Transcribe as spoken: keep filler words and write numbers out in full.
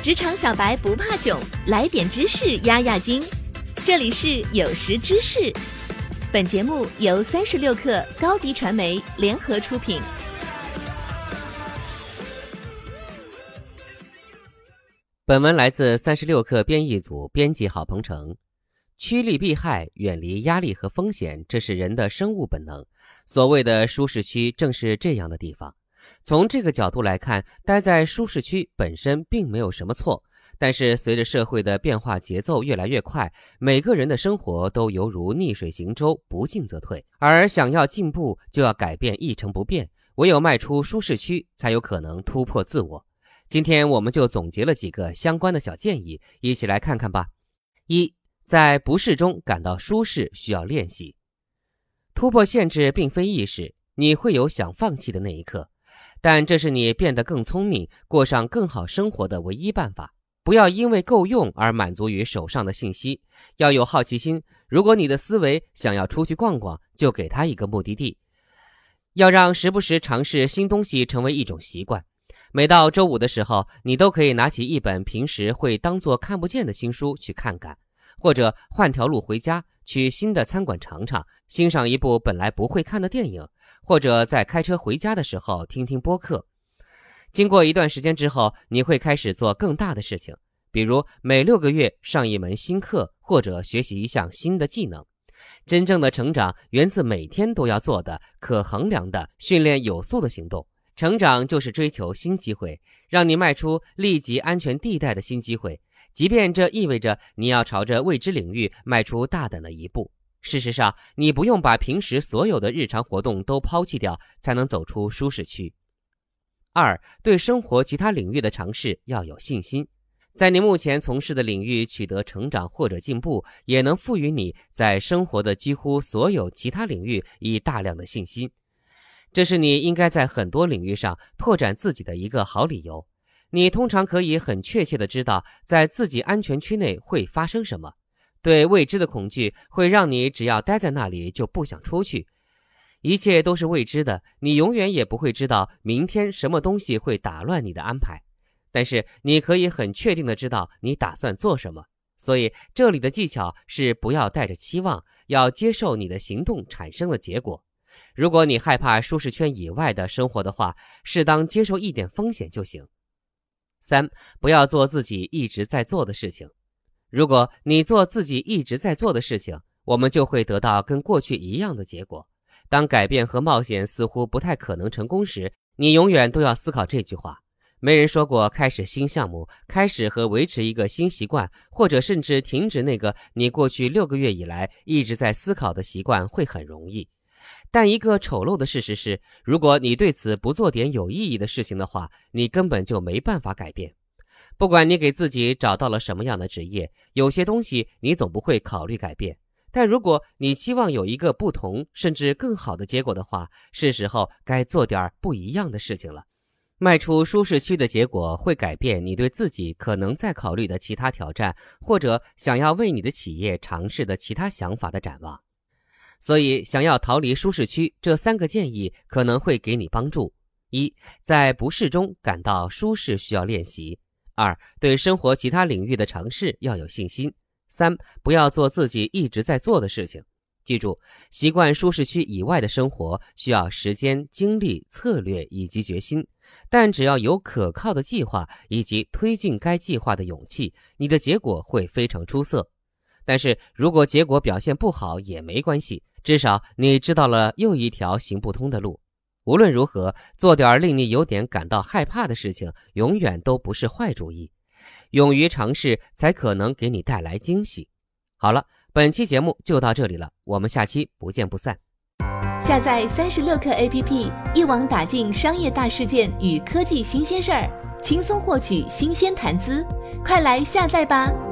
职场小白不怕囧，来点知识压压惊。这里是有识知识，本节目由三十六克高迪传媒联合出品。 本文来自三十六克编译组，编辑郝鹏程。趋利避害，远离压力和风险，这是人的生物本能。所谓的舒适区正是这样的地方。从这个角度来看，待在舒适区本身并没有什么错，但是随着社会的变化节奏越来越快，每个人的生活都犹如逆水行舟，不进则退。而想要进步，就要改变一成不变，唯有迈出舒适区，才有可能突破自我。今天我们就总结了几个相关的小建议，一起来看看吧。一，在不适中感到舒适需要练习。突破限制并非易事，你会有想放弃的那一刻，但这是你变得更聪明，过上更好生活的唯一办法。不要因为够用而满足于手上的信息，要有好奇心。如果你的思维想要出去逛逛，就给他一个目的地。要让时不时尝试新东西成为一种习惯。每到周五的时候，你都可以拿起一本平时会当作看不见的新书去看看，或者换条路回家，去新的餐馆尝尝，欣赏一部本来不会看的电影，或者在开车回家的时候听听播客。经过一段时间之后，你会开始做更大的事情，比如每六个月上一门新课，或者学习一项新的技能。真正的成长源自每天都要做的可衡量的训练有素的行动。成长就是追求新机会，让你迈出立即安全地带的新机会，即便这意味着你要朝着未知领域迈出大胆的一步。事实上，你不用把平时所有的日常活动都抛弃掉，才能走出舒适区。二，对生活其他领域的尝试要有信心。在你目前从事的领域取得成长或者进步，也能赋予你在生活的几乎所有其他领域以大量的信心。这是你应该在很多领域上拓展自己的一个好理由。你通常可以很确切地知道在自己安全区内会发生什么。对未知的恐惧会让你只要待在那里就不想出去。一切都是未知的，你永远也不会知道明天什么东西会打乱你的安排。但是你可以很确定地知道你打算做什么。所以这里的技巧是不要带着期望，要接受你的行动产生的结果。如果你害怕舒适圈以外的生活的话，适当接受一点风险就行。三，不要做自己一直在做的事情。如果你做自己一直在做的事情，我们就会得到跟过去一样的结果。当改变和冒险似乎不太可能成功时，你永远都要思考这句话。没人说过开始新项目，开始和维持一个新习惯，或者甚至停止那个你过去六个月以来一直在思考的习惯会很容易。但一个丑陋的事实是，如果你对此不做点有意义的事情的话，你根本就没办法改变。不管你给自己找到了什么样的职业，有些东西你总不会考虑改变。但如果你期望有一个不同甚至更好的结果的话，是时候该做点不一样的事情了。迈出舒适区的结果会改变你对自己可能在考虑的其他挑战，或者想要为你的企业尝试的其他想法的展望。所以想要逃离舒适区，这三个建议可能会给你帮助。一，在不适中感到舒适需要练习。二，对生活其他领域的尝试要有信心。三，不要做自己一直在做的事情。记住，习惯舒适区以外的生活需要时间、精力、策略以及决心，但只要有可靠的计划以及推进该计划的勇气，你的结果会非常出色。但是如果结果表现不好也没关系，至少你知道了又一条行不通的路。无论如何，做点令你有点感到害怕的事情永远都不是坏主意。勇于尝试才可能给你带来惊喜。好了，本期节目就到这里了，我们下期不见不散。 下载三十六课 A P P， 一网打尽商业大事件与科技新鲜事儿，轻松获取新鲜谈资，快来下载吧。